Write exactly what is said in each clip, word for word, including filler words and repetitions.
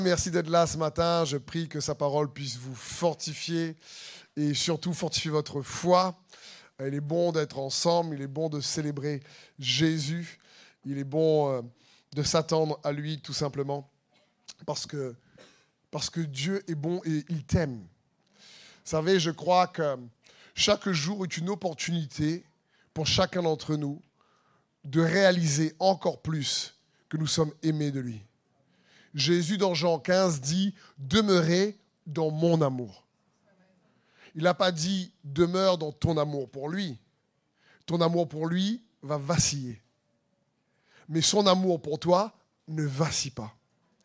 Merci d'être là ce matin. Je prie que sa parole puisse vous fortifier et surtout fortifier votre foi. Il est bon d'être ensemble, il est bon de célébrer Jésus. Il est bon de s'attendre à lui tout simplement parce que, parce que Dieu est bon et il t'aime. Vous savez, je crois que chaque jour est une opportunité pour chacun d'entre nous de réaliser encore plus que nous sommes aimés de lui. Jésus, dans Jean quinze, dit « Demeurez dans mon amour ». Il n'a pas dit « Demeure dans ton amour pour lui ». Ton amour pour lui va vaciller. Mais son amour pour toi ne vacille pas.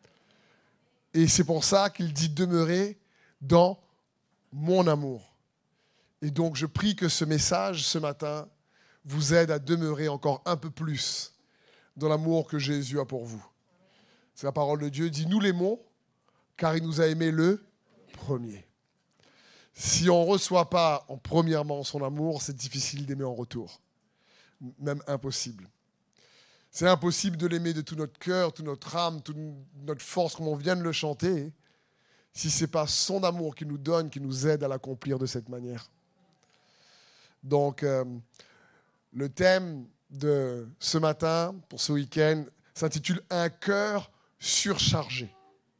Et c'est pour ça qu'il dit « Demeurez dans mon amour ». Et donc, je prie que ce message, ce matin, vous aide à demeurer encore un peu plus dans l'amour que Jésus a pour vous. C'est la parole de Dieu, dit « Nous l'aimons, car il nous a aimés le premier ». Si on ne reçoit pas en premièrement son amour, c'est difficile d'aimer en retour. Même impossible. C'est impossible de l'aimer de tout notre cœur, toute notre âme, toute notre force, comme on vient de le chanter, si ce n'est pas son amour qui nous donne, qui nous aide à l'accomplir de cette manière. Donc, euh, le thème de ce matin, pour ce week-end, s'intitule « Un cœur surchargé ».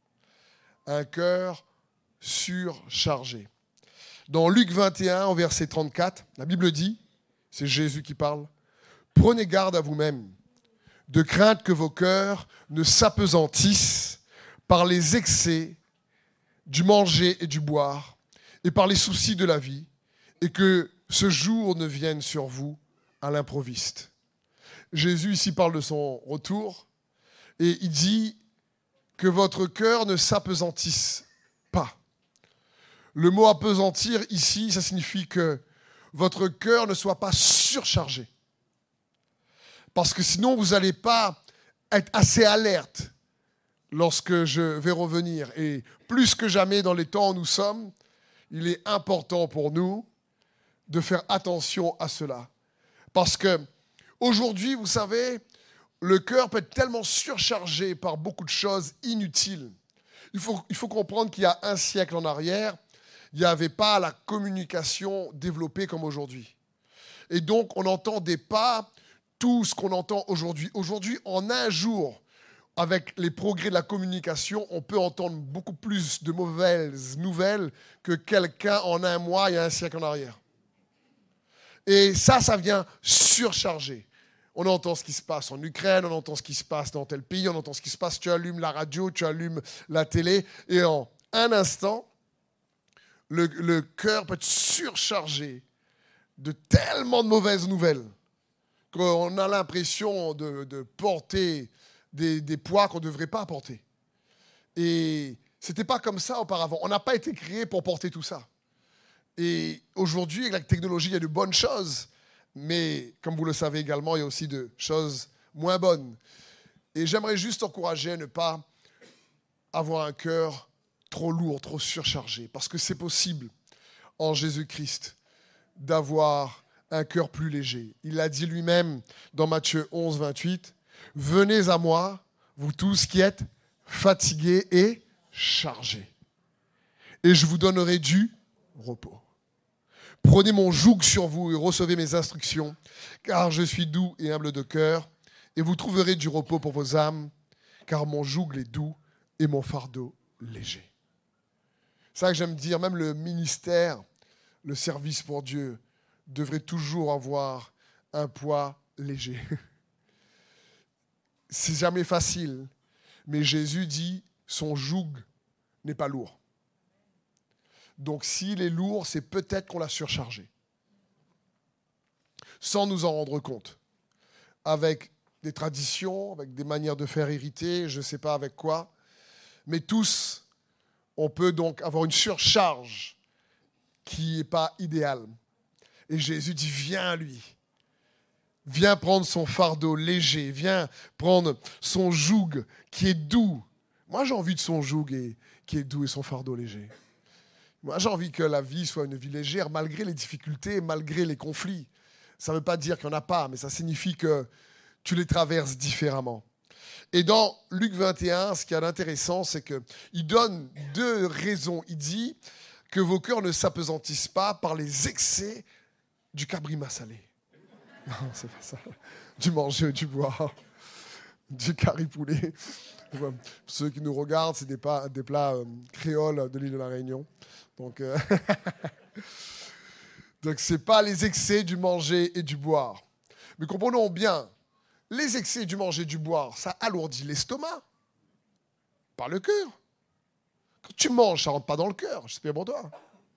Un cœur surchargé. Dans Luc vingt et un, au verset trente-quatre, la Bible dit, c'est Jésus qui parle, « Prenez garde à vous-même, de crainte que vos cœurs ne s'apesantissent par les excès du manger et du boire, et par les soucis de la vie, et que ce jour ne vienne sur vous à l'improviste. » Jésus ici parle de son retour, et il dit que votre cœur ne s'apesantisse pas. Le mot appesantir ici, ça signifie que votre cœur ne soit pas surchargé. Parce que sinon, vous n'allez pas être assez alerte lorsque je vais revenir. Et plus que jamais dans les temps où nous sommes, il est important pour nous de faire attention à cela. Parce que aujourd'hui, vous savez, le cœur peut être tellement surchargé par beaucoup de choses inutiles. Il faut, il faut comprendre qu'il y a un siècle en arrière, il n'y avait pas la communication développée comme aujourd'hui. Et donc, on n'entendait pas tout ce qu'on entend aujourd'hui. Aujourd'hui, en un jour, avec les progrès de la communication, on peut entendre beaucoup plus de mauvaises nouvelles que quelqu'un en un mois, il y a un siècle en arrière. Et ça, ça vient surcharger. On entend ce qui se passe en Ukraine, on entend ce qui se passe dans tel pays, on entend ce qui se passe, tu allumes la radio, tu allumes la télé, et en un instant, le, le cœur peut être surchargé de tellement de mauvaises nouvelles qu'on a l'impression de, de porter des, des poids qu'on ne devrait pas porter. Et ce n'était pas comme ça auparavant. On n'a pas été créé pour porter tout ça. Et aujourd'hui, avec la technologie, il y a de bonnes choses. Mais, comme vous le savez également, il y a aussi de choses moins bonnes. Et j'aimerais juste encourager à ne pas avoir un cœur trop lourd, trop surchargé. Parce que c'est possible, en Jésus-Christ, d'avoir un cœur plus léger. Il l'a dit lui-même dans Matthieu onze, vingt-huit. « Venez à moi, vous tous qui êtes fatigués et chargés, et je vous donnerai du repos. Prenez mon joug sur vous et recevez mes instructions, car je suis doux et humble de cœur, et vous trouverez du repos pour vos âmes, car mon joug est doux et mon fardeau léger. » C'est ça que j'aime dire, même le ministère, le service pour Dieu, devrait toujours avoir un poids léger. C'est jamais facile, mais Jésus dit, son joug n'est pas lourd. Donc, s'il est lourd, c'est peut-être qu'on l'a surchargé. Sans nous en rendre compte. Avec des traditions, avec des manières de faire irriter, je ne sais pas avec quoi. Mais tous, on peut donc avoir une surcharge qui n'est pas idéale. Et Jésus dit, viens à lui. Viens prendre son fardeau léger. Viens prendre son joug qui est doux. Moi, j'ai envie de son joug et, qui est doux et son fardeau léger. Moi, j'ai envie que la vie soit une vie légère, malgré les difficultés, malgré les conflits. Ça ne veut pas dire qu'il n'y en a pas, mais ça signifie que tu les traverses différemment. Et dans Luc vingt et un, ce qui est intéressant, c'est qu'il donne deux raisons. Il dit que vos cœurs ne s'apesantissent pas par les excès du cabrima salé. Non, c'est pas ça. Du manger, du boire, du curry poulet. Pour ceux qui nous regardent, c'est des, pas, des plats euh, créoles de l'île de la Réunion. Donc, euh... Donc ce n'est pas les excès du manger et du boire. Mais comprenons bien, les excès du manger et du boire, ça alourdit l'estomac, pas le cœur. Quand tu manges, ça ne rentre pas dans le cœur, j'espère pour toi.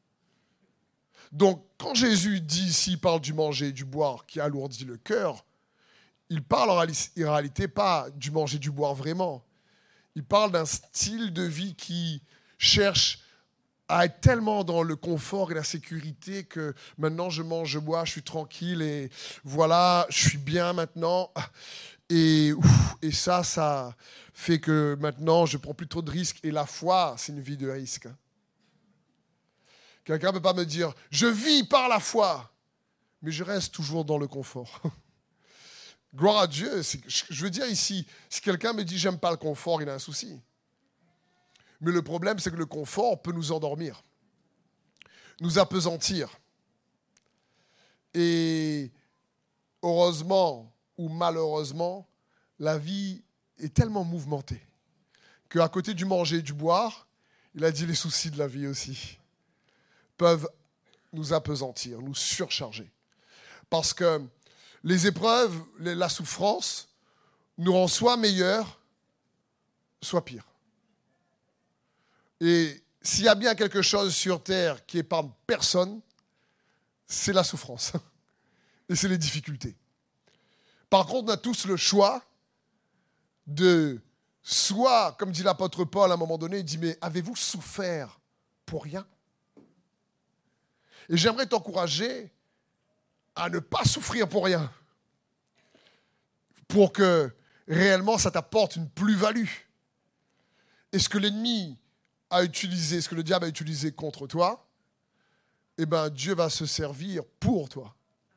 Donc quand Jésus dit ici, il parle du manger et du boire qui alourdit le cœur, il parle en réalité pas du manger et du boire vraiment. Il parle d'un style de vie qui cherche à être tellement dans le confort et la sécurité que maintenant je mange, je bois, je suis tranquille et voilà, je suis bien maintenant. Et, ouf, et ça, ça fait que maintenant je prends plus trop de risques. Et la foi, c'est une vie de risque. Quelqu'un ne peut pas me dire, je vis par la foi, mais je reste toujours dans le confort. Gloire à Dieu. Je veux dire ici, si quelqu'un me dit, j'aime pas le confort, il a un souci. Mais le problème, c'est que le confort peut nous endormir, nous appesantir. Et heureusement ou malheureusement, la vie est tellement mouvementée qu'à côté du manger et du boire, il a dit les soucis de la vie aussi peuvent nous appesantir, nous surcharger. Parce que les épreuves, la souffrance nous rend soit meilleurs, soit pires. Et s'il y a bien quelque chose sur terre qui épargne personne, c'est la souffrance. Et c'est les difficultés. Par contre, on a tous le choix de soit, comme dit l'apôtre Paul à un moment donné, il dit, mais avez-vous souffert pour rien? Et j'aimerais t'encourager à ne pas souffrir pour rien. Pour que réellement ça t'apporte une plus-value. Et ce que l'ennemi a utilisé, ce que le diable a utilisé contre toi, eh bien, Dieu va se servir pour toi.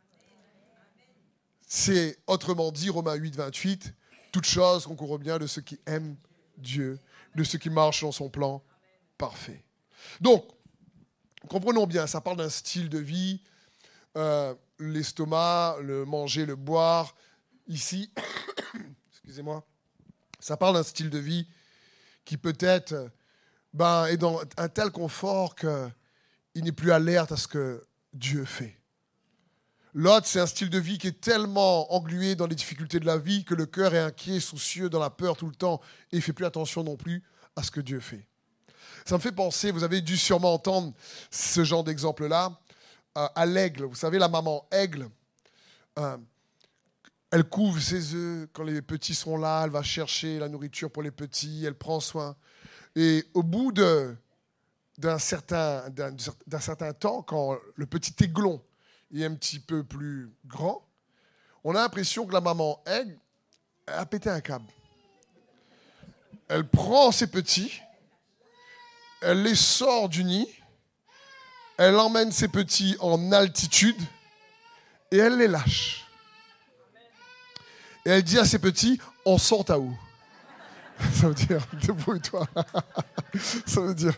C'est, autrement dit, Romains huit, vingt-huit, toute chose concourt bien de ceux qui aiment Dieu, de ceux qui marchent dans son plan parfait. Donc, comprenons bien, ça parle d'un style de vie, euh, l'estomac, le manger, le boire. Ici, excusez-moi, ça parle d'un style de vie qui peut-être ben, est dans un tel confort qu'il n'est plus alerte à ce que Dieu fait. L'autre, c'est un style de vie qui est tellement englué dans les difficultés de la vie que le cœur est inquiet, soucieux, dans la peur tout le temps et il ne fait plus attention non plus à ce que Dieu fait. Ça me fait penser, vous avez dû sûrement entendre ce genre d'exemple-là, euh, à l'aigle. Vous savez, la maman aigle, euh, elle couvre ses œufs quand les petits sont là, elle va chercher la nourriture pour les petits, elle prend soin. Et au bout de, d'un, certain, d'un, d'un certain temps, quand le petit aiglon est un petit peu plus grand, on a l'impression que la maman aigle a pété un câble. Elle prend ses petits, elle les sort du nid, elle emmène ses petits en altitude et elle les lâche. Et elle dit à ses petits, on sort à où? Ça veut dire, débrouille-toi. Ça veut dire.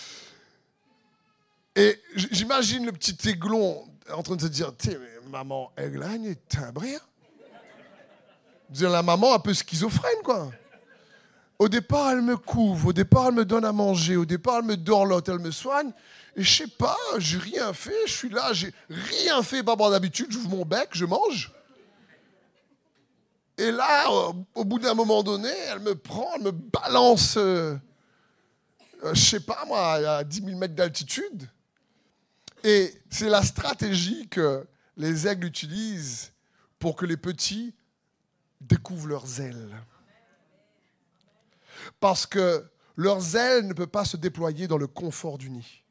Et j'imagine le petit aiglon en train de se dire, tu sais, maman aiglane est timbrée. Dire la maman un peu schizophrène, quoi. Au départ, elle me couvre, au départ, elle me donne à manger, au départ, elle me dorlote, elle me soigne. Et je sais pas, j'ai rien fait, je suis là, j'ai rien fait, pas bon d'habitude, j'ouvre mon bec, je mange. Et là, au bout d'un moment donné, elle me prend, elle me balance, euh, euh, je sais pas moi, à dix mille mètres d'altitude. Et c'est la stratégie que les aigles utilisent pour que les petits découvrent leurs ailes. Parce que leurs ailes ne peuvent pas se déployer dans le confort du nid.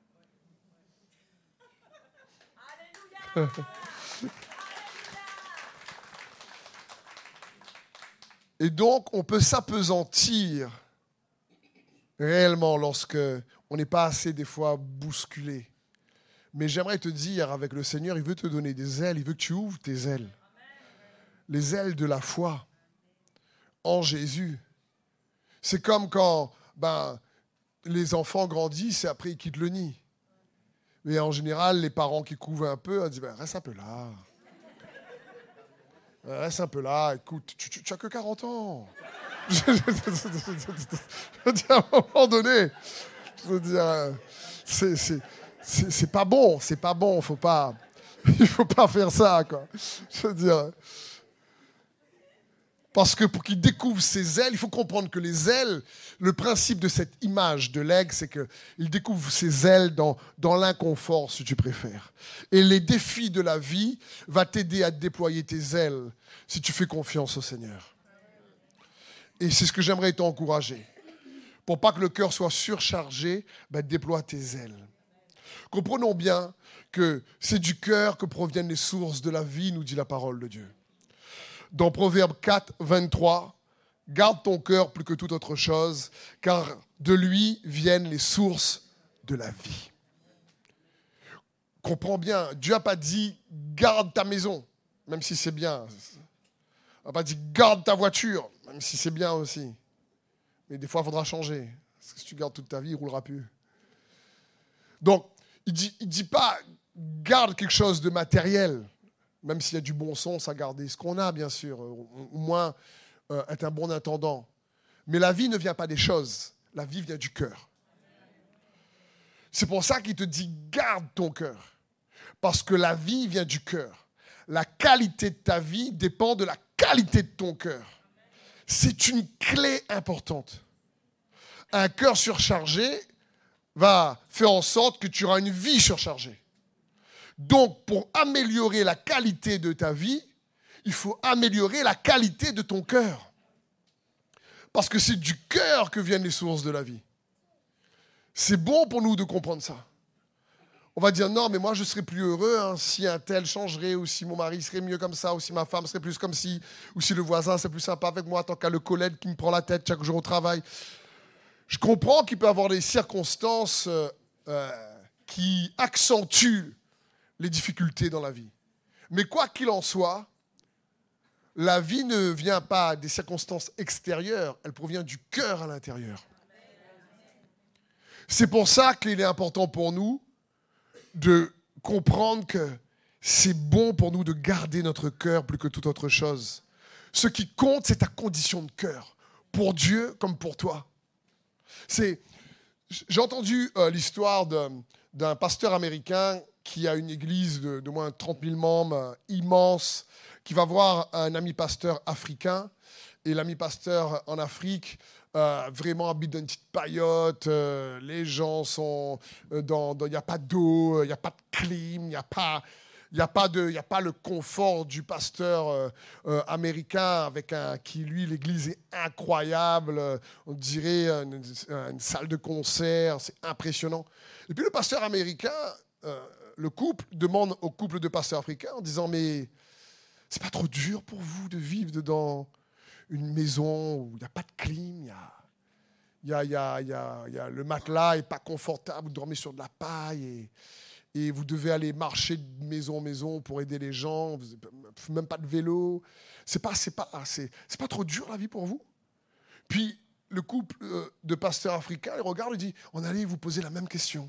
Et donc, on peut s'appesantir réellement lorsque on n'est pas assez, des fois, bousculé. Mais j'aimerais te dire, avec le Seigneur, il veut te donner des ailes, il veut que tu ouvres tes ailes. Les ailes de la foi. en Jésus. C'est comme quand ben, les enfants grandissent et après ils quittent le nid. Mais en général, les parents qui couvent un peu, ils disent ben, « Reste un peu là. Reste un peu là. Écoute, tu, tu, tu as que quarante ans. » Je veux dire, à un moment donné, je veux dire, c'est, c'est, c'est, c'est pas bon. C'est pas bon. Faut pas, il ne faut pas faire ça, quoi. Je veux dire... Parce que pour qu'il découvre ses ailes, il faut comprendre que les ailes, le principe de cette image de l'aigle, c'est qu'il découvre ses ailes dans, dans l'inconfort, si tu préfères. Et les défis de la vie vont t'aider à déployer tes ailes si tu fais confiance au Seigneur. Et c'est ce que j'aimerais t'encourager. Pour pas que le cœur soit surchargé, ben déploie tes ailes. Comprenons bien que c'est du cœur que proviennent les sources de la vie, nous dit la parole de Dieu. Dans Proverbe quatre, vingt-trois, « Garde ton cœur plus que toute autre chose, car de lui viennent les sources de la vie. » Comprends bien, Dieu n'a pas dit « Garde ta maison », même si c'est bien. Il n'a pas dit « Garde ta voiture », même si c'est bien aussi. Mais des fois, il faudra changer. Parce que si tu gardes toute ta vie, il ne roulera plus. Donc, il ne dit, il dit pas « Garde quelque chose de matériel ». Même s'il y a du bon sens à garder ce qu'on a, bien sûr, au moins euh, être un bon intendant. Mais la vie ne vient pas des choses, la vie vient du cœur. C'est pour ça qu'il te dit garde ton cœur, parce que la vie vient du cœur. La qualité de ta vie dépend de la qualité de ton cœur. C'est une clé importante. Un cœur surchargé va faire en sorte que tu auras une vie surchargée. Donc, pour améliorer la qualité de ta vie, il faut améliorer la qualité de ton cœur. Parce que c'est du cœur que viennent les sources de la vie. C'est bon pour nous de comprendre ça. On va dire, non, mais moi, je serais plus heureux hein, si un tel changerait, ou si mon mari serait mieux comme ça, ou si ma femme serait plus comme ci, ou si le voisin serait plus sympa avec moi, tant qu'à le collègue qui me prend la tête chaque jour au travail. Je comprends qu'il peut y avoir des circonstances euh, euh, qui accentuent les difficultés dans la vie. Mais quoi qu'il en soit, la vie ne vient pas des circonstances extérieures, elle provient du cœur à l'intérieur. C'est pour ça qu'il est important pour nous de comprendre que c'est bon pour nous de garder notre cœur plus que toute autre chose. Ce qui compte, c'est ta condition de cœur, pour Dieu comme pour toi. C'est, j'ai entendu euh, l'histoire de, d'un pasteur américain qui a une église de, de moins de trente mille membres, euh, immense, qui va voir un ami pasteur africain. Et l'ami pasteur en Afrique, euh, vraiment habite dans une petite paillote. Euh, les gens sont dans... Il n'y a pas d'eau, il n'y a pas de clim, il n'y a pas... Il n'y a, pas de, il n'y a pas le confort du pasteur euh, euh, américain avec un, qui, lui, l'église est incroyable. Euh, on dirait une, une salle de concert, c'est impressionnant. Et puis le pasteur américain, euh, le couple, demande au couple de pasteurs africains en disant « Mais c'est pas trop dur pour vous de vivre dans une maison où il n'y a pas de clim, il y a, il y a, il y a, il y a, il y a, le matelas n'est pas confortable, vous dormez sur de la paille et... Et vous devez aller marcher de maison en maison pour aider les gens. Vous n'avez même pas de vélo. C'est pas, c'est pas, c'est, c'est pas trop dur la vie pour vous. Puis le couple de pasteurs africains, il regarde et dit, on allait vous poser la même question.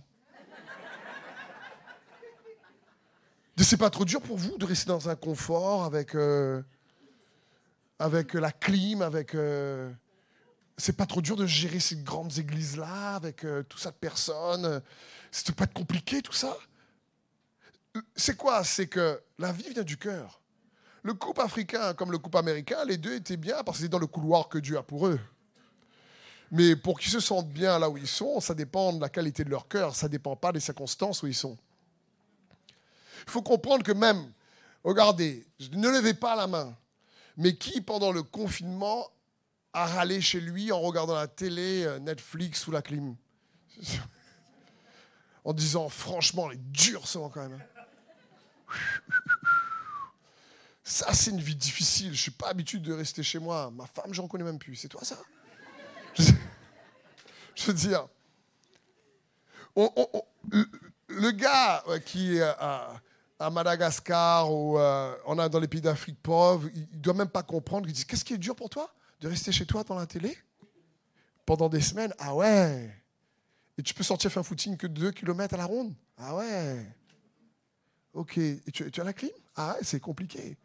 C'est pas trop dur pour vous de rester dans un confort avec, euh, avec la clim, avec... Euh, c'est pas trop dur de gérer ces grandes églises-là avec euh, tout ça de personnes. C'est pas compliqué tout ça. C'est quoi? C'est que la vie vient du cœur. Le couple africain comme le couple américain, les deux étaient bien parce que c'est dans le couloir que Dieu a pour eux. Mais pour qu'ils se sentent bien là où ils sont, ça dépend de la qualité de leur cœur, ça ne dépend pas des circonstances où ils sont. Il faut comprendre que même, regardez, ne levez pas la main, mais qui pendant le confinement a râlé chez lui en regardant la télé, Netflix ou la clim? En disant, franchement, elle est dure, ça, quand même. Ça, c'est une vie difficile. Je ne suis pas habitué de rester chez moi. Ma femme, je ne reconnais même plus. C'est toi, ça? Je veux dire, on, on, on, le, le gars qui est à, à Madagascar ou euh, on a dans les pays d'Afrique pauvre, il ne doit même pas comprendre. Il dit, qu'est-ce qui est dur pour toi? De rester chez toi dans la télé pendant des semaines? Ah ouais. Et tu peux sortir faire un footing que deux kilomètres à la ronde? Ah ouais. Ok. Et tu, tu as la clim? Ah ouais, c'est compliqué.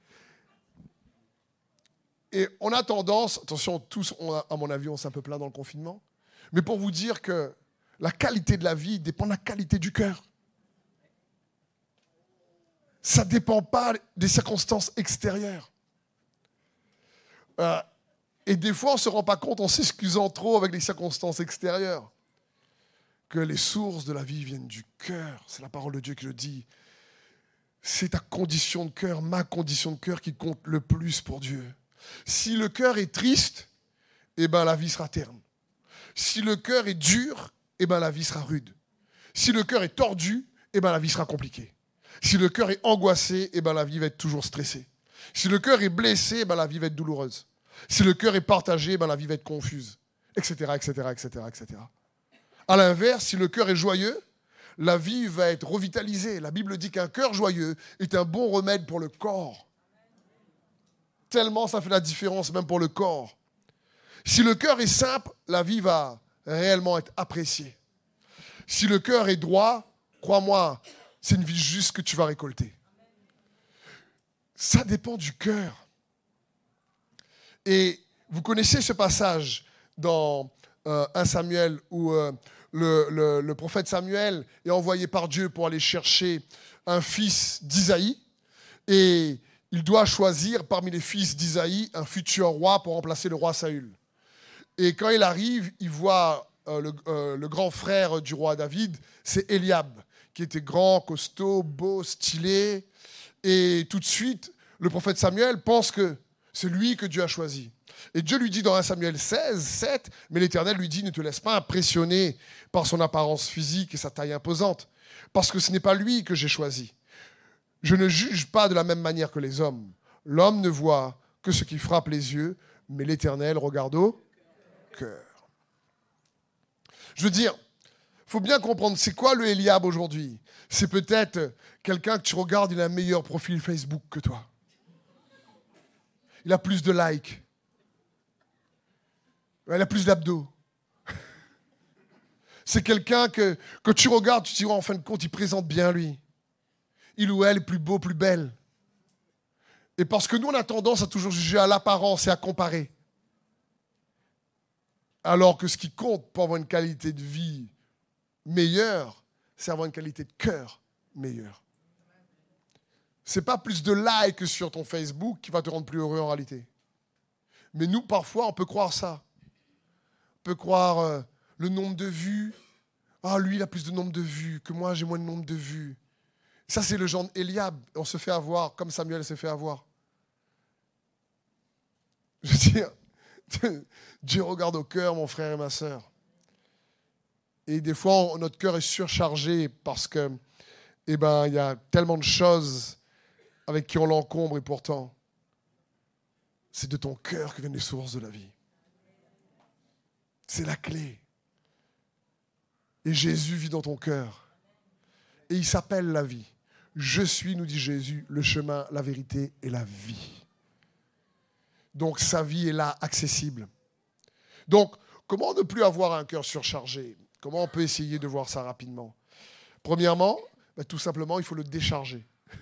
Et on a tendance, attention, tous, on a, à mon avis, on s'est un peu plaint dans le confinement, mais pour vous dire que la qualité de la vie dépend de la qualité du cœur. Ça ne dépend pas des circonstances extérieures. Euh, et des fois, on ne se rend pas compte en s'excusant trop avec les circonstances extérieures que les sources de la vie viennent du cœur. C'est la parole de Dieu qui le dit. C'est ta condition de cœur, ma condition de cœur qui compte le plus pour Dieu. Si le cœur est triste, eh ben la vie sera terne. Si le cœur est dur, eh ben la vie sera rude. Si le cœur est tordu, eh ben la vie sera compliquée. Si le cœur est angoissé, eh ben la vie va être toujours stressée. Si le cœur est blessé, eh ben la vie va être douloureuse. Si le cœur est partagé, eh ben la vie va être confuse, et cetera, et cetera, et cetera, et cetera. À l'inverse, si le cœur est joyeux, la vie va être revitalisée. La Bible dit qu'un cœur joyeux est un bon remède pour le corps. Tellement ça fait la différence même pour le corps. Si le cœur est simple, la vie va réellement être appréciée. Si le cœur est droit, crois-moi, c'est une vie juste que tu vas récolter. Ça dépend du cœur. Et vous connaissez ce passage dans euh, un Samuel où euh, le, le, le prophète Samuel est envoyé par Dieu pour aller chercher un fils d'Isaïe. Et il doit choisir parmi les fils d'Isaïe un futur roi pour remplacer le roi Saül. Et quand il arrive, il voit euh, le, euh, le grand frère du roi David, c'est Eliab, qui était grand, costaud, beau, stylé. Et tout de suite, le prophète Samuel pense que c'est lui que Dieu a choisi. Et Dieu lui dit dans un Samuel seize, sept, mais l'Éternel lui dit, ne te laisse pas impressionner par son apparence physique et sa taille imposante, parce que ce n'est pas lui que j'ai choisi. Je ne juge pas de la même manière que les hommes. L'homme ne voit que ce qui frappe les yeux, mais l'Éternel regarde au cœur. Je veux dire, il faut bien comprendre, c'est quoi le Eliab aujourd'hui? C'est peut-être quelqu'un que tu regardes, il a un meilleur profil Facebook que toi. Il a plus de likes. Il a plus d'abdos. C'est quelqu'un que, que tu regardes, tu te dis, oh, en fin de compte, il présente bien lui. Il ou elle est plus beau, plus belle. Et parce que nous, on a tendance à toujours juger à l'apparence et à comparer. Alors que ce qui compte pour avoir une qualité de vie meilleure, c'est avoir une qualité de cœur meilleure. Ce n'est pas plus de likes sur ton Facebook qui va te rendre plus heureux en réalité. Mais nous, parfois, on peut croire ça. On peut croire euh, le nombre de vues. Ah, lui, il a plus de nombre de vues que moi, j'ai moins de nombre de vues. Ça, c'est le genre d'Eliab. On se fait avoir comme Samuel s'est fait avoir. Je veux dire, Dieu regarde au cœur, mon frère et ma sœur. Et des fois, on, notre cœur est surchargé parce que, eh ben, il y a tellement de choses avec qui on l'encombre et pourtant, c'est de ton cœur que viennent les sources de la vie. C'est la clé. Et Jésus vit dans ton cœur. Et il s'appelle la vie. Je suis, nous dit Jésus, le chemin, la vérité et la vie. Donc sa vie est là, accessible. Donc, comment ne plus avoir un cœur surchargé? Comment on peut essayer de voir ça rapidement? Premièrement, ben, tout simplement, il faut le décharger.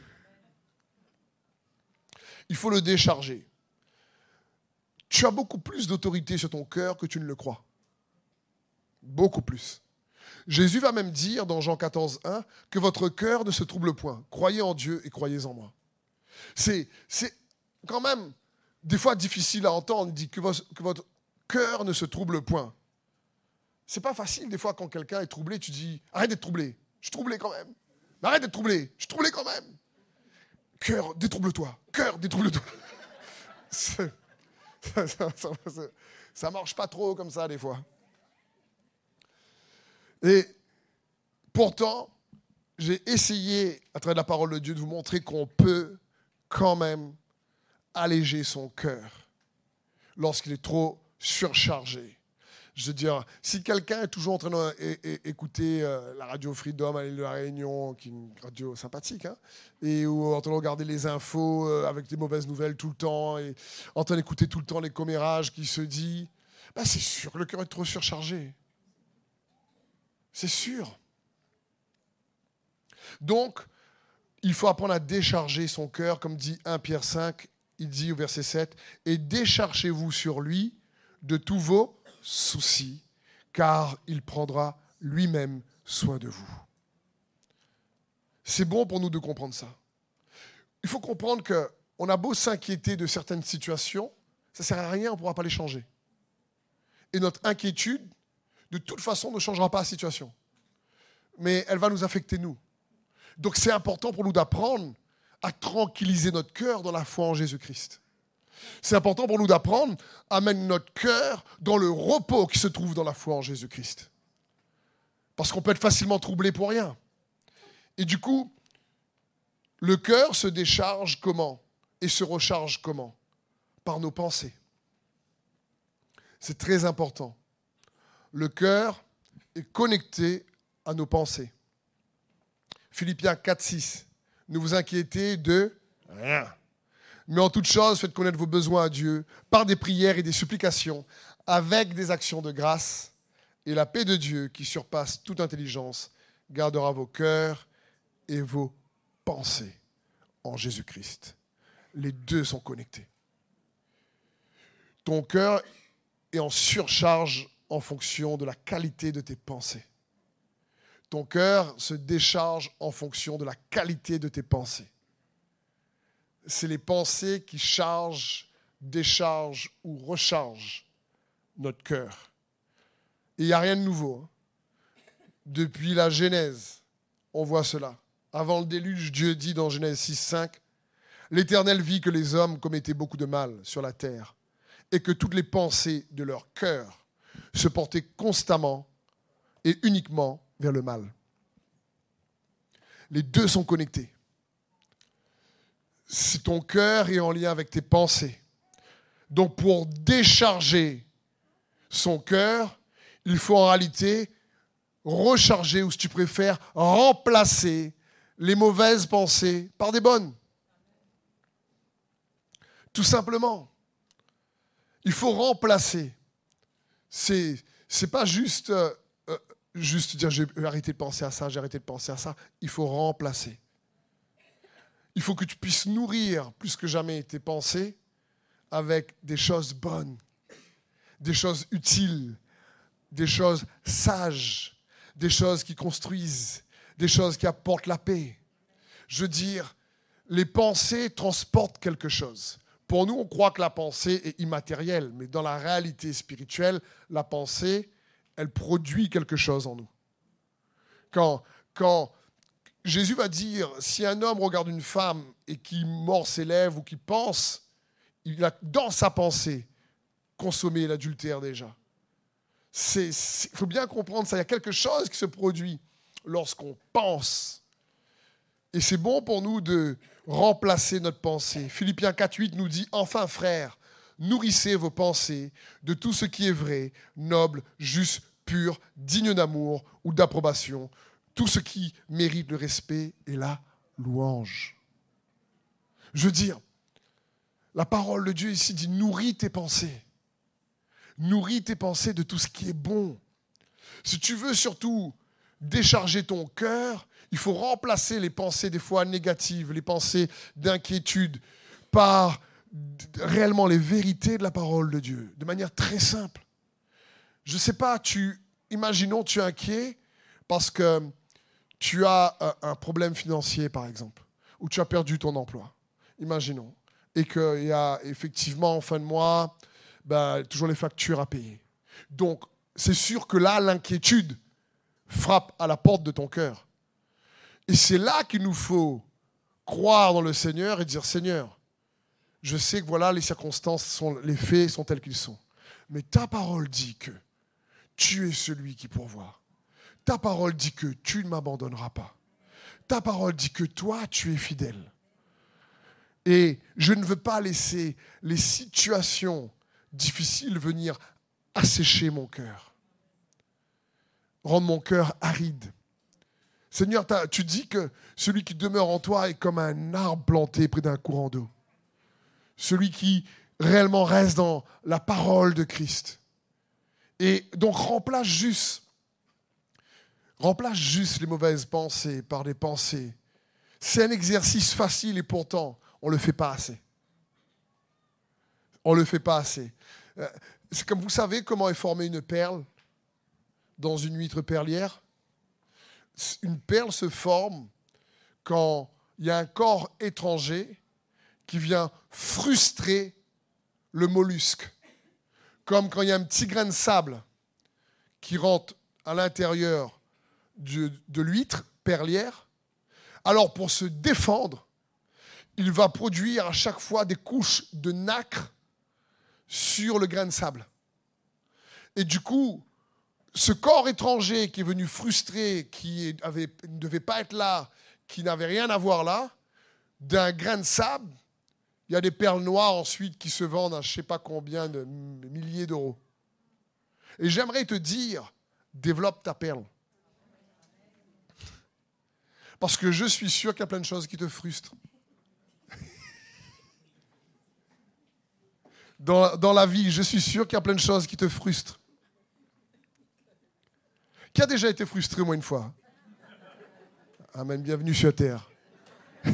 Il faut le décharger. Tu as beaucoup plus d'autorité sur ton cœur que tu ne le crois. Beaucoup plus. Jésus va même dire dans Jean quatorze, un que votre cœur ne se trouble point. Croyez en Dieu et croyez en moi. C'est, c'est quand même des fois difficile à entendre. Il dit que, vos, que votre cœur ne se trouble point. C'est pas facile des fois quand quelqu'un est troublé, tu dis arrête d'être troublé. Je suis troublé quand même. Mais arrête d'être troublé. Je suis troublé quand même. Cœur, détrouble-toi. Cœur, détrouble-toi. C'est, ça, ça, ça, ça, ça marche pas trop comme ça des fois. Et pourtant, j'ai essayé, à travers la parole de Dieu, de vous montrer qu'on peut quand même alléger son cœur lorsqu'il est trop surchargé. Je veux dire, si quelqu'un est toujours en train d'écouter euh, la radio Freedom à l'île de la Réunion, qui est une radio sympathique, hein, et ou en train de regarder les infos euh, avec des mauvaises nouvelles tout le temps, et en train d'écouter tout le temps les commérages qui se dit, bah c'est sûr que le cœur est trop surchargé. C'est sûr. Donc, il faut apprendre à décharger son cœur, comme dit premier Pierre cinq, il dit au verset sept, « Et déchargez-vous sur lui de tous vos soucis, car il prendra lui-même soin de vous. » C'est bon pour nous de comprendre ça. Il faut comprendre qu'on a beau s'inquiéter de certaines situations, ça ne sert à rien, on ne pourra pas les changer. Et notre inquiétude, de toute façon, ne changera pas la situation. Mais elle va nous affecter, nous. Donc c'est important pour nous d'apprendre à tranquilliser notre cœur dans la foi en Jésus-Christ. C'est important pour nous d'apprendre à mettre notre cœur dans le repos qui se trouve dans la foi en Jésus-Christ. Parce qu'on peut être facilement troublé pour rien. Et du coup, le cœur se décharge comment ? Et se recharge comment ? Par nos pensées. C'est très important. Le cœur est connecté à nos pensées. Philippiens quatre, six. Ne vous inquiétez de rien. Mais en toute chose, faites connaître vos besoins à Dieu par des prières et des supplications, avec des actions de grâce. Et la paix de Dieu, qui surpasse toute intelligence, gardera vos cœurs et vos pensées en Jésus-Christ. Les deux sont connectés. Ton cœur est en surcharge en fonction de la qualité de tes pensées. Ton cœur se décharge en fonction de la qualité de tes pensées. C'est les pensées qui chargent, déchargent ou rechargent notre cœur. Et il n'y a rien de nouveau. Hein. Depuis la Genèse, on voit cela. Avant le déluge, Dieu dit dans Genèse six, cinq, « L'Éternel vit que les hommes commettaient beaucoup de mal sur la terre et que toutes les pensées de leur cœur se portaient constamment et uniquement vers le mal. » Les deux sont connectés. Si ton cœur est en lien avec tes pensées, donc pour décharger son cœur, il faut en réalité recharger, ou si tu préfères, remplacer les mauvaises pensées par des bonnes. Tout simplement. Il faut remplacer. C'est, c'est pas juste, euh, euh, juste dire j'ai arrêté de penser à ça, j'ai arrêté de penser à ça. Il faut remplacer. Il faut que tu puisses nourrir plus que jamais tes pensées avec des choses bonnes, des choses utiles, des choses sages, des choses qui construisent, des choses qui apportent la paix. Je veux dire, les pensées transportent quelque chose. Pour nous, on croit que la pensée est immatérielle, mais dans la réalité spirituelle, la pensée, elle produit quelque chose en nous. Quand, quand Jésus va dire, si un homme regarde une femme et qui mord ses lèvres ou qui pense, il a dans sa pensée consommé l'adultère déjà. Il faut bien comprendre ça, il y a quelque chose qui se produit lorsqu'on pense. Et c'est bon pour nous de remplacer notre pensée. Philippiens quatre, huit nous dit, « Enfin, frères, nourrissez vos pensées de tout ce qui est vrai, noble, juste, pur, digne d'amour ou d'approbation, tout ce qui mérite le respect et la louange. » Je veux dire, la parole de Dieu ici dit, nourris tes pensées. Nourris tes pensées de tout ce qui est bon. Si tu veux surtout décharger ton cœur, il faut remplacer les pensées des fois négatives, les pensées d'inquiétude, par réellement les vérités de la parole de Dieu, de manière très simple. Je ne sais pas, tu, imaginons tu es inquiet parce que tu as un problème financier, par exemple, ou tu as perdu ton emploi, imaginons, et qu'il y a effectivement en fin de mois, ben, toujours les factures à payer. Donc, c'est sûr que là, l'inquiétude frappe à la porte de ton cœur. Et c'est là qu'il nous faut croire dans le Seigneur et dire, Seigneur, je sais que voilà, les circonstances, sont, les faits sont tels qu'ils sont. Mais ta parole dit que tu es celui qui pourvoit. Ta parole dit que tu ne m'abandonneras pas. Ta parole dit que toi, tu es fidèle. Et je ne veux pas laisser les situations difficiles venir assécher mon cœur, rendre mon cœur aride. Seigneur, tu dis que celui qui demeure en toi est comme un arbre planté près d'un courant d'eau. Celui qui réellement reste dans la parole de Christ. Et donc remplace juste, remplace juste les mauvaises pensées par des pensées. C'est un exercice facile et pourtant, on ne le fait pas assez. On ne le fait pas assez. C'est comme vous savez comment est formée une perle dans une huître perlière. Une perle se forme quand il y a un corps étranger qui vient frustrer le mollusque. Comme quand il y a un petit grain de sable qui rentre à l'intérieur de, de l'huître perlière. Alors pour se défendre, il va produire à chaque fois des couches de nacre sur le grain de sable. Et du coup, ce corps étranger qui est venu frustrer, qui avait, ne devait pas être là, qui n'avait rien à voir là, d'un grain de sable, il y a des perles noires ensuite qui se vendent à je ne sais pas combien de milliers d'euros. Et j'aimerais te dire, développe ta perle. Parce que je suis sûr qu'il y a plein de choses qui te frustrent. Dans, dans la vie, je suis sûr qu'il y a plein de choses qui te frustrent. Qui a déjà été frustré, moi, une fois? Amen, bienvenue sur Terre. Je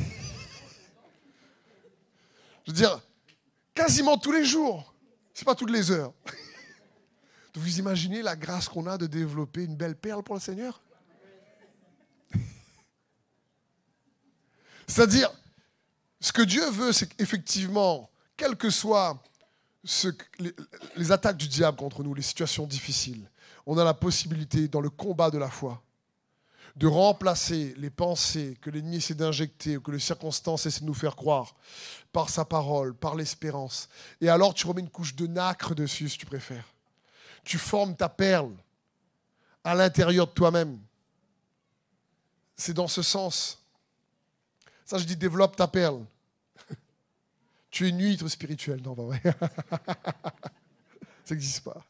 veux dire, quasiment tous les jours. C'est pas toutes les heures. Vous imaginez la grâce qu'on a de développer une belle perle pour le Seigneur? C'est-à-dire, ce que Dieu veut, c'est qu'effectivement, quelles que soient ce, les, les attaques du diable contre nous, les situations difficiles, on a la possibilité, dans le combat de la foi, de remplacer les pensées que l'ennemi essaie d'injecter ou que les circonstances essaient de nous faire croire par sa parole, par l'espérance. Et alors, tu remets une couche de nacre dessus, si tu préfères. Tu formes ta perle à l'intérieur de toi-même. C'est dans ce sens. Ça, je dis, développe ta perle. Tu es une huître spirituelle. Non, pas vrai. Ça n'existe pas.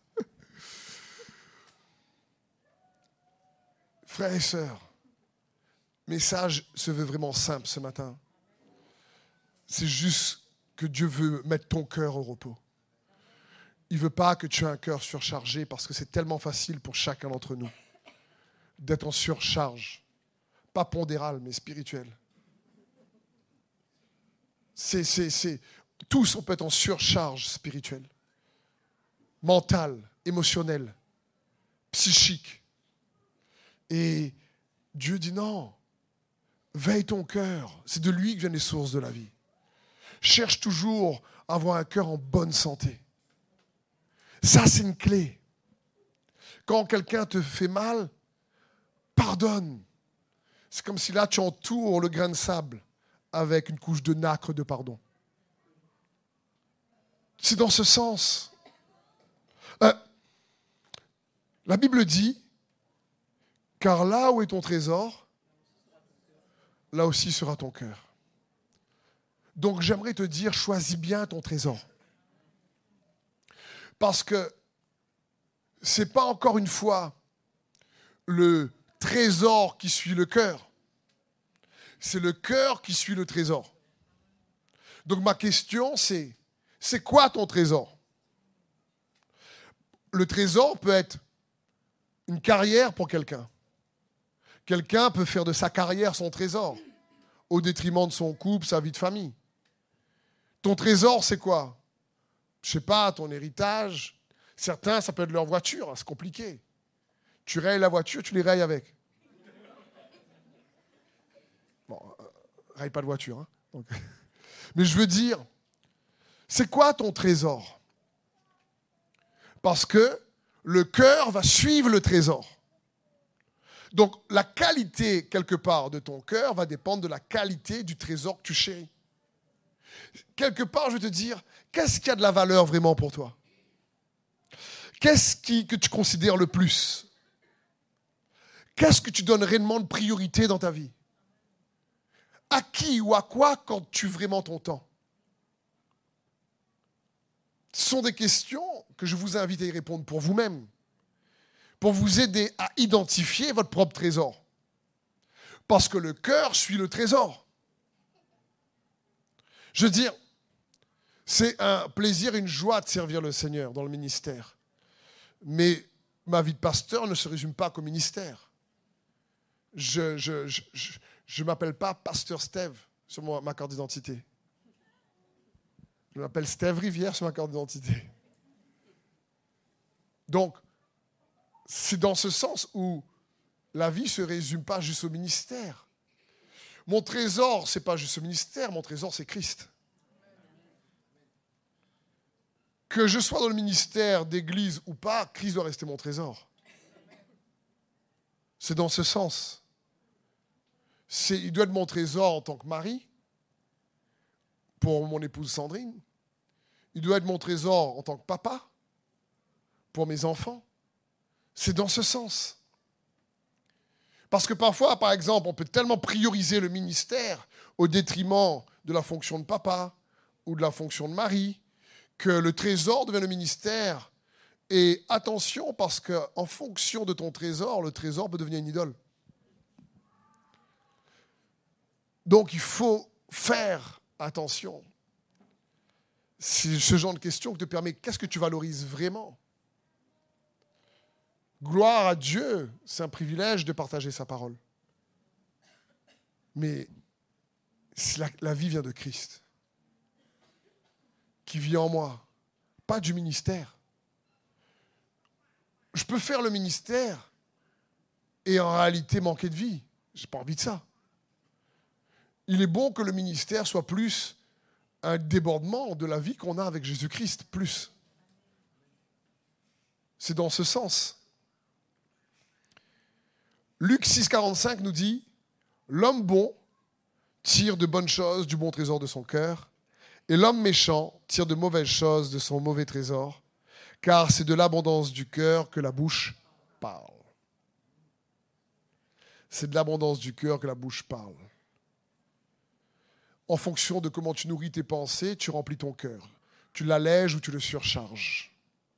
Frères et sœurs, le message se veut vraiment simple ce matin. C'est juste que Dieu veut mettre ton cœur au repos. Il ne veut pas que tu aies un cœur surchargé parce que c'est tellement facile pour chacun d'entre nous d'être en surcharge. Pas pondérale, mais spirituelle. C'est, c'est, c'est, tous, on peut être en surcharge spirituelle, mentale, émotionnelle, psychique. Et Dieu dit non, veille ton cœur, c'est de lui que viennent les sources de la vie. Cherche toujours à avoir un cœur en bonne santé. Ça, c'est une clé. Quand quelqu'un te fait mal, pardonne. C'est comme si là, tu entoures le grain de sable avec une couche de nacre de pardon. C'est dans ce sens. Euh, la Bible dit, car là où est ton trésor, là aussi sera ton cœur. Donc j'aimerais te dire, choisis bien ton trésor. Parce que ce n'est pas encore une fois le trésor qui suit le cœur. C'est le cœur qui suit le trésor. Donc ma question c'est, c'est quoi ton trésor? Le trésor peut être une carrière pour quelqu'un. Quelqu'un peut faire de sa carrière son trésor, au détriment de son couple, sa vie de famille. Ton trésor c'est quoi? Je ne sais pas, ton héritage. Certains, ça peut être leur voiture, c'est compliqué. Tu rayes la voiture, tu les rayes avec. Bon, euh, raye pas de voiture. Hein, donc. Mais je veux dire, c'est quoi ton trésor? Parce que le cœur va suivre le trésor. Donc la qualité, quelque part, de ton cœur va dépendre de la qualité du trésor que tu chéris. Quelque part, je veux te dire, qu'est-ce qui a de la valeur vraiment pour toi? Qu'est-ce qui, que tu considères le plus? Qu'est-ce que tu donnes réellement de priorité dans ta vie? À qui ou à quoi accordes-tu vraiment ton temps? Ce sont des questions que je vous invite à y répondre pour vous-même, pour vous aider à identifier votre propre trésor. Parce que le cœur suit le trésor. Je veux dire, c'est un plaisir, une joie de servir le Seigneur dans le ministère. Mais ma vie de pasteur ne se résume pas qu'au ministère. Je je, je, je, je m'appelle pas Pasteur Steve sur ma, ma carte d'identité. Je m'appelle Steve Rivière sur ma carte d'identité. Donc, c'est dans ce sens où la vie ne se résume pas juste au ministère. Mon trésor, ce n'est pas juste au ministère, mon trésor, c'est Christ. Que je sois dans le ministère d'église ou pas, Christ doit rester mon trésor. C'est dans ce sens. C'est, il doit être mon trésor en tant que mari, pour mon épouse Sandrine. Il doit être mon trésor en tant que papa, pour mes enfants. C'est dans ce sens. Parce que parfois, par exemple, on peut tellement prioriser le ministère au détriment de la fonction de papa ou de la fonction de mari, que le trésor devient le ministère. Et attention, parce qu'en fonction de ton trésor, le trésor peut devenir une idole. Donc il faut faire attention. C'est ce genre de question qui te permet, qu'est-ce que tu valorises vraiment ? Gloire à Dieu, c'est un privilège de partager sa parole. Mais la, la vie vient de Christ, qui vit en moi, pas du ministère. Je peux faire le ministère et en réalité manquer de vie. Je n'ai pas envie de ça. Il est bon que le ministère soit plus un débordement de la vie qu'on a avec Jésus-Christ, plus. C'est dans ce sens. Luc six, quarante-cinq nous dit « L'homme bon tire de bonnes choses du bon trésor de son cœur, et l'homme méchant tire de mauvaises choses de son mauvais trésor, car c'est de l'abondance du cœur que la bouche parle. » C'est de l'abondance du cœur que la bouche parle. En fonction de comment tu nourris tes pensées, tu remplis ton cœur. Tu l'allèges ou tu le surcharges.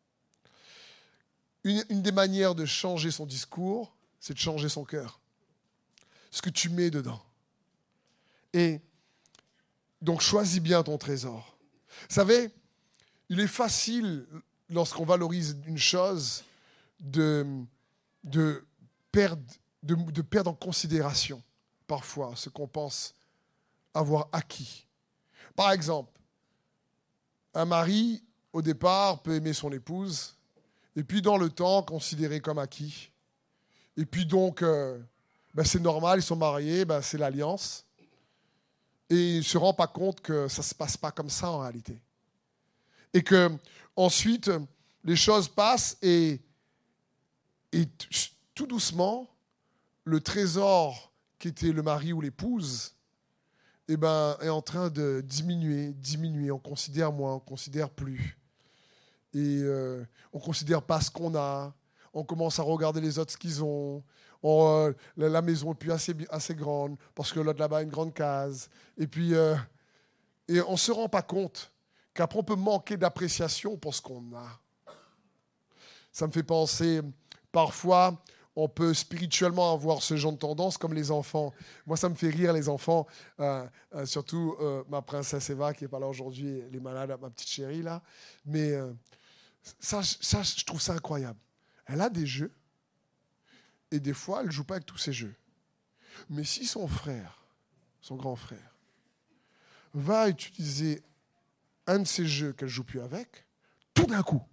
Une, une des manières de changer son discours, c'est de changer son cœur. Ce que tu mets dedans. Et donc, choisis bien ton trésor. Vous savez, il est facile, lorsqu'on valorise une chose, de, de, perdre, de, de perdre en considération, parfois, ce qu'on pense avoir acquis. Par exemple, un mari, au départ, peut aimer son épouse, et puis dans le temps, considéré comme acquis. Et puis donc, euh, ben c'est normal, ils sont mariés, ben c'est l'alliance. Et il ne se rend pas compte que ça ne se passe pas comme ça en réalité. Et que ensuite, les choses passent et, et tout doucement, le trésor qui était le mari ou l'épouse, eh ben, est en train de diminuer, diminuer. On considère moins, on considère plus. Et euh, on ne considère pas ce qu'on a. On commence à regarder les autres, ce qu'ils ont. On, euh, la, la maison n'est plus assez, assez grande parce que l'autre là-bas a une grande case. Et puis, euh, et on ne se rend pas compte qu'après, on peut manquer d'appréciation pour ce qu'on a. Ça me fait penser, parfois, on peut spirituellement avoir ce genre de tendance comme les enfants. Moi, ça me fait rire, les enfants, euh, euh, surtout euh, ma princesse Eva, qui n'est pas là aujourd'hui, elle est malade, ma petite chérie, là. Mais euh, ça, ça, je trouve ça incroyable. Elle a des jeux, et des fois, elle ne joue pas avec tous ses jeux. Mais si son frère, son grand frère, va utiliser un de ces jeux qu'elle ne joue plus avec, tout d'un coup,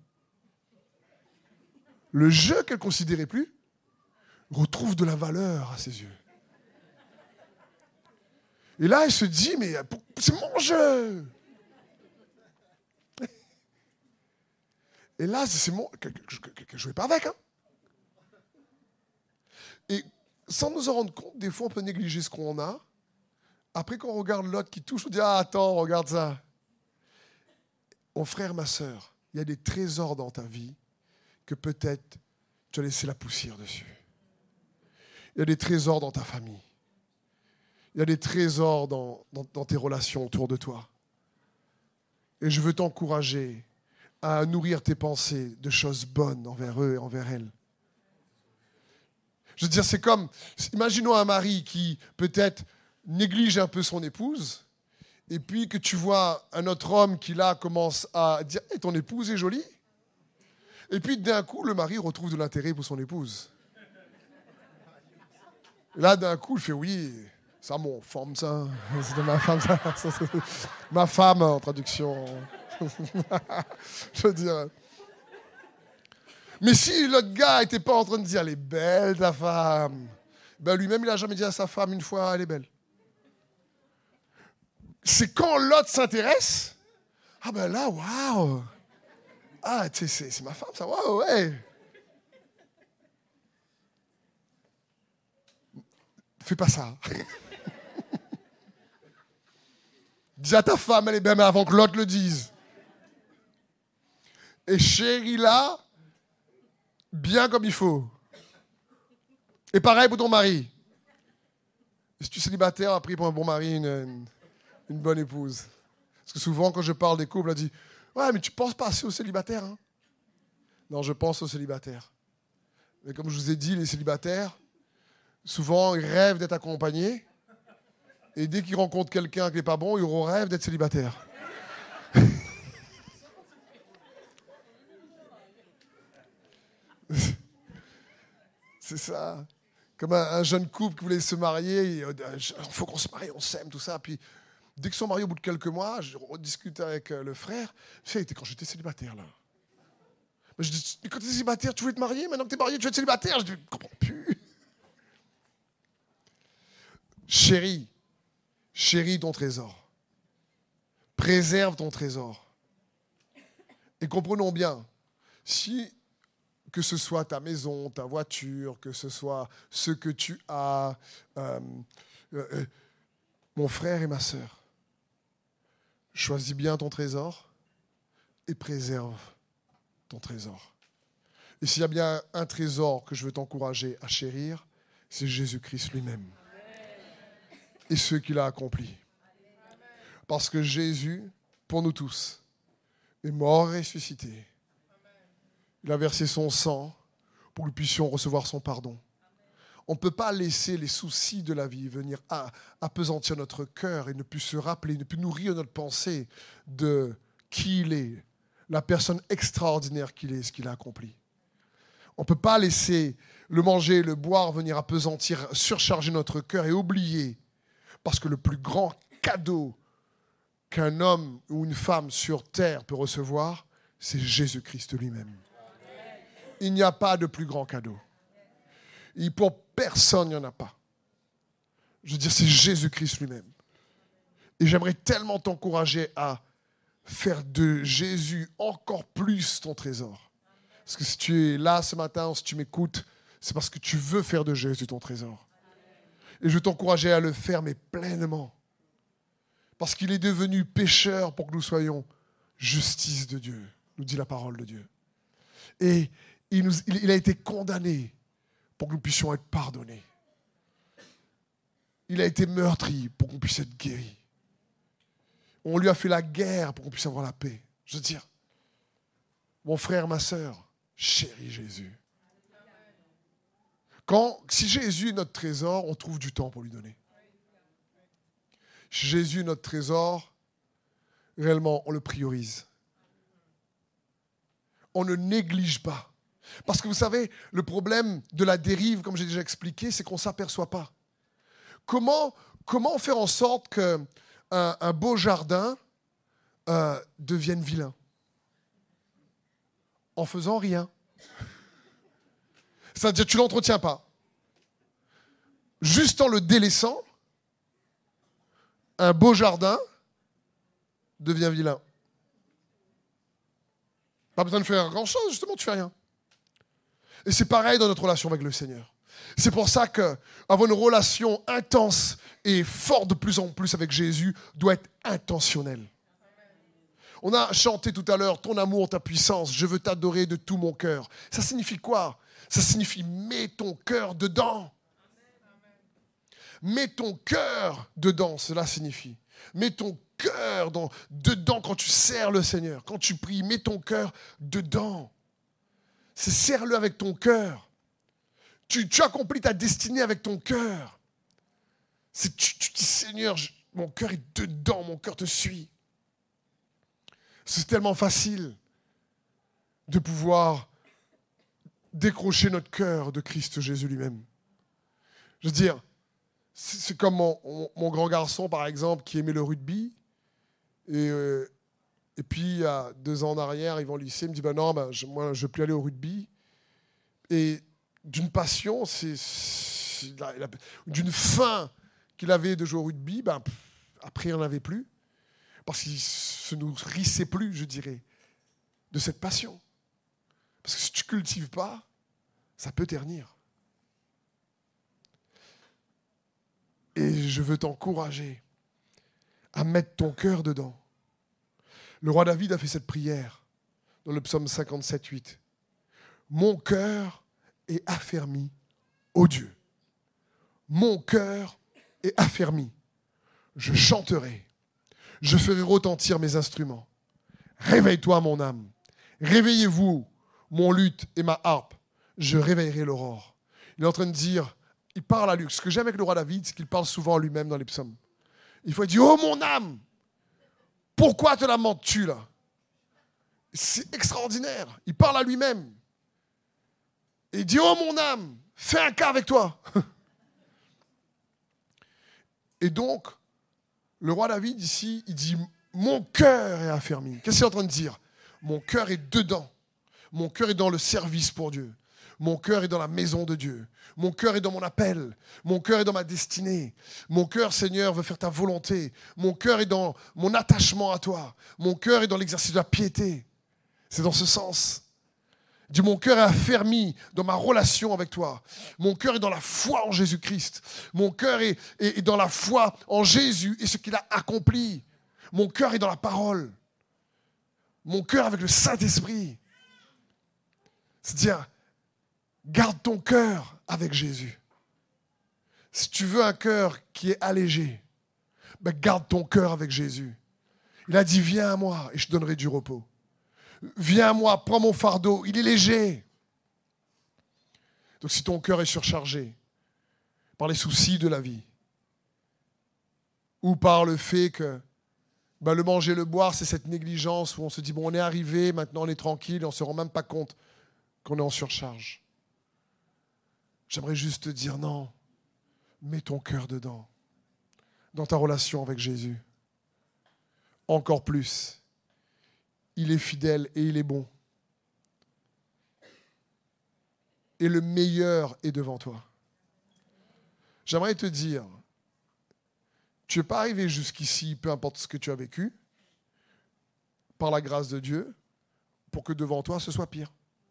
le jeu qu'elle ne considérait plus retrouve de la valeur à ses yeux. Et là, elle se dit, mais c'est mon jeu. Et là, c'est mon... Que je ne jouais pas avec. Hein. Et sans nous en rendre compte, des fois, on peut négliger ce qu'on a. Après, quand on regarde l'autre qui touche, on dit, ah, attends, regarde ça. Mon frère, ma sœur, il y a des trésors dans ta vie que peut-être tu as laissé la poussière dessus. Il y a des trésors dans ta famille. Il y a des trésors dans, dans, dans tes relations autour de toi. Et je veux t'encourager à nourrir tes pensées de choses bonnes envers eux et envers elles. Je veux dire, c'est comme, imaginons un mari qui peut-être néglige un peu son épouse, et puis que tu vois un autre homme qui là commence à dire hey, « ton épouse est jolie ». Et puis d'un coup, le mari retrouve de l'intérêt pour son épouse. Et là, d'un coup, il fait « oui, ça mon femme, ça, c'était ma femme, ça, ça c'est ma femme en traduction ». Je veux dire... Mais si l'autre gars n'était pas en train de dire « elle est belle ta femme », ben lui-même, il n'a jamais dit à sa femme une fois « elle est belle ». C'est quand l'autre s'intéresse, ah ben là, waouh, ah, tu sais, c'est, c'est ma femme, ça, waouh, ouais. Fais pas ça. Dis à ta femme, elle est belle, mais avant que l'autre le dise. Et chéris-la bien comme il faut. Et pareil pour ton mari. Et si tu es célibataire, a pris pour un bon mari une, une, une bonne épouse. Parce que souvent, quand je parle des couples, on dit « ouais, mais tu ne penses pas assez aux célibataires. Hein » Non, je pense aux célibataires. Mais comme je vous ai dit, les célibataires, souvent, ils rêvent d'être accompagnés. Et dès qu'ils rencontrent quelqu'un qui n'est pas bon, ils auront rêve d'être célibataires. C'est ça. Comme un, un jeune couple qui voulait se marier, il faut qu'on se marie, on s'aime, tout ça. Puis dès qu'ils sont mariés, au bout de quelques mois, je rediscute avec le frère. C'était quand j'étais célibataire, là. Mais je dis, mais quand tu es célibataire, tu voulais te marier, maintenant que tu es marié, tu veux être célibataire. Je dis, je ne comprends plus. Chérie, chérie ton trésor. Préserve ton trésor. Et comprenons bien, si... que ce soit ta maison, ta voiture, que ce soit ce que tu as, euh, euh, mon frère et ma sœur, choisis bien ton trésor et préserve ton trésor. Et s'il y a bien un trésor que je veux t'encourager à chérir, c'est Jésus-Christ lui-même et ce qu'il a accompli. Parce que Jésus, pour nous tous, est mort et ressuscité. Il a versé son sang pour que nous puissions recevoir son pardon. On ne peut pas laisser les soucis de la vie venir appesantir notre cœur et ne plus se rappeler, ne plus nourrir notre pensée de qui il est, la personne extraordinaire qu'il est, ce qu'il a accompli. On ne peut pas laisser le manger, le boire venir appesantir, surcharger notre cœur et oublier, parce que le plus grand cadeau qu'un homme ou une femme sur terre peut recevoir, c'est Jésus-Christ lui-même. Il n'y a pas de plus grand cadeau. Et pour personne, il n'y en a pas. Je veux dire, c'est Jésus-Christ lui-même. Et j'aimerais tellement t'encourager à faire de Jésus encore plus ton trésor. Parce que si tu es là ce matin, si tu m'écoutes, c'est parce que tu veux faire de Jésus ton trésor. Et je veux t'encourager à le faire, mais pleinement. Parce qu'il est devenu pécheur pour que nous soyons justice de Dieu, nous dit la parole de Dieu. Et il, nous, il, il a été condamné pour que nous puissions être pardonnés. Il a été meurtri pour qu'on puisse être guéri. On lui a fait la guerre pour qu'on puisse avoir la paix. Je veux dire, mon frère, ma sœur, chéris Jésus. Quand, si Jésus est notre trésor, on trouve du temps pour lui donner. Jésus est notre trésor, réellement, on le priorise. On ne néglige pas. Parce que vous savez, le problème de la dérive, comme j'ai déjà expliqué, c'est qu'on ne s'aperçoit pas. Comment, comment faire en sorte qu'un un beau jardin euh, devienne vilain? En faisant rien. C'est-à-dire tu ne l'entretiens pas. Juste en le délaissant, un beau jardin devient vilain. Pas besoin de faire grand-chose, justement, tu fais rien. Et c'est pareil dans notre relation avec le Seigneur. C'est pour ça qu'avoir une relation intense et forte de plus en plus avec Jésus doit être intentionnelle. On a chanté tout à l'heure, ton amour, ta puissance, je veux t'adorer de tout mon cœur. Ça signifie quoi? Ça signifie mets ton cœur dedans. Mets ton cœur dedans, cela signifie. Mets ton cœur dans, dedans quand tu sers le Seigneur. Quand tu pries, mets ton cœur dedans. C'est serre-le avec ton cœur. Tu, tu accomplis ta destinée avec ton cœur. C'est, tu, tu dis, Seigneur, je, mon cœur est dedans, mon cœur te suit. C'est tellement facile de pouvoir décrocher notre cœur de Christ Jésus lui-même. Je veux dire, c'est, c'est comme mon, mon, mon grand garçon, par exemple, qui aimait le rugby. Et, euh, et puis, il y a deux ans en arrière, il va au lycée, il me dit, ben non, ben, je, moi, je ne veux plus aller au rugby. Et d'une passion, c'est, c'est la, la, d'une faim qu'il avait de jouer au rugby, ben, après, il n'en avait plus. Parce qu'il ne se nourrissait plus, je dirais, de cette passion. Parce que si tu ne cultives pas, ça peut ternir. Et je veux t'encourager à mettre ton cœur dedans. Le roi David a fait cette prière dans le psaume cinquante-sept, huit. Mon cœur est affermi, ô Dieu. Mon cœur est affermi. Je chanterai. Je ferai retentir mes instruments. Réveille-toi, mon âme. Réveillez-vous, mon luth et ma harpe. Je réveillerai l'aurore. Il est en train de dire, il parle à lui. Ce que j'aime avec le roi David, c'est qu'il parle souvent à lui-même dans les psaumes. Il faut dire, oh mon âme, pourquoi te lamentes-tu là? C'est extraordinaire. Il parle à lui-même. Et il dit, oh mon âme, fais un cas avec toi. Et donc, le roi David ici, il dit, mon cœur est affermi. Qu'est-ce qu'il est en train de dire? Mon cœur est dedans. Mon cœur est dans le service pour Dieu. Mon cœur est dans la maison de Dieu. Mon cœur est dans mon appel. Mon cœur est dans ma destinée. Mon cœur, Seigneur, veut faire ta volonté. Mon cœur est dans mon attachement à toi. Mon cœur est dans l'exercice de la piété. C'est dans ce sens. Il dit, mon cœur est affermi dans ma relation avec toi. Mon cœur est dans la foi en Jésus-Christ. Mon cœur est, est, est dans la foi en Jésus et ce qu'il a accompli. Mon cœur est dans la parole. Mon cœur avec le Saint-Esprit. C'est-à-dire, garde ton cœur avec Jésus. Si tu veux un cœur qui est allégé, ben garde ton cœur avec Jésus. Il a dit, viens à moi et je te donnerai du repos. Viens à moi, prends mon fardeau, il est léger. Donc si ton cœur est surchargé par les soucis de la vie, ou par le fait que ben, le manger, le boire, c'est cette négligence où on se dit, bon, on est arrivé, maintenant on est tranquille, et on ne se rend même pas compte qu'on est en surcharge. J'aimerais juste te dire, non, mets ton cœur dedans, dans ta relation avec Jésus. Encore plus. Il est fidèle et il est bon. Et le meilleur est devant toi. J'aimerais te dire, tu n'es pas arrivé jusqu'ici, peu importe ce que tu as vécu, par la grâce de Dieu, pour que devant toi, ce soit pire.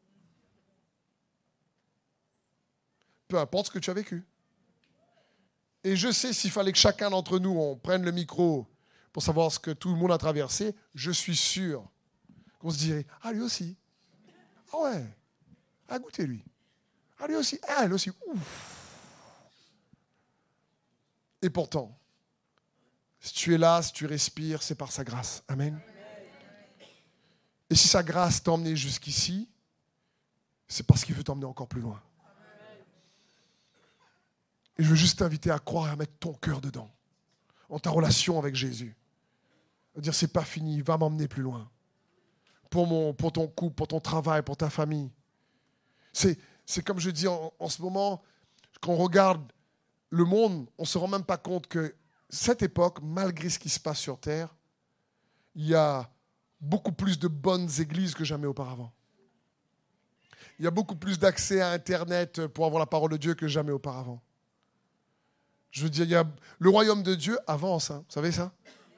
Peu importe ce que tu as vécu. Et je sais, s'il fallait que chacun d'entre nous, on prenne le micro pour savoir ce que tout le monde a traversé, je suis sûr qu'on se dirait, ah lui aussi, ah ouais, ah goûtez lui, ah lui aussi, ah elle aussi, ouf. Et pourtant, si tu es là, si tu respires, c'est par sa grâce. Amen. Et si sa grâce t'a emmené jusqu'ici, c'est parce qu'il veut t'emmener encore plus loin. Et je veux juste t'inviter à croire et à mettre ton cœur dedans, en ta relation avec Jésus. À dire, c'est pas fini, il va m'emmener plus loin. Pour, mon, pour ton couple, pour ton travail, pour ta famille. C'est, c'est comme je dis en, en ce moment, quand on regarde le monde, on ne se rend même pas compte que cette époque, malgré ce qui se passe sur Terre, il y a beaucoup plus de bonnes églises que jamais auparavant. Il y a beaucoup plus d'accès à Internet pour avoir la parole de Dieu que jamais auparavant. Je veux dire, il y a, le royaume de Dieu avance, hein, vous savez ça?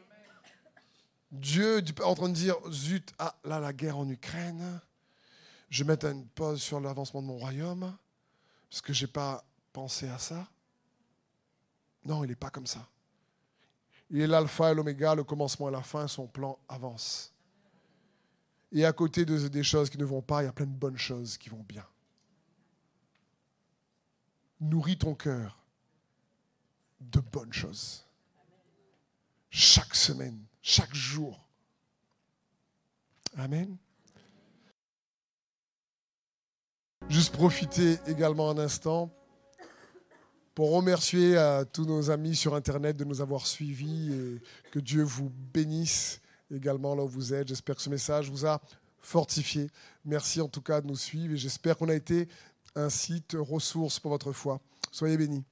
Dieu est en train de dire, zut, ah là, la guerre en Ukraine, je vais mettre une pause sur l'avancement de mon royaume, parce que je n'ai pas pensé à ça. Non, il n'est pas comme ça. Il est l'alpha et l'oméga, le commencement et la fin, son plan avance. Et à côté de, des choses qui ne vont pas, il y a plein de bonnes choses qui vont bien. Nourris ton cœur de bonnes choses. Chaque semaine, chaque jour. Amen. Juste profiter également un instant pour remercier à tous nos amis sur Internet de nous avoir suivis et que Dieu vous bénisse également là où vous êtes. J'espère que ce message vous a fortifié. Merci en tout cas de nous suivre et j'espère qu'on a été un site ressource pour votre foi. Soyez bénis.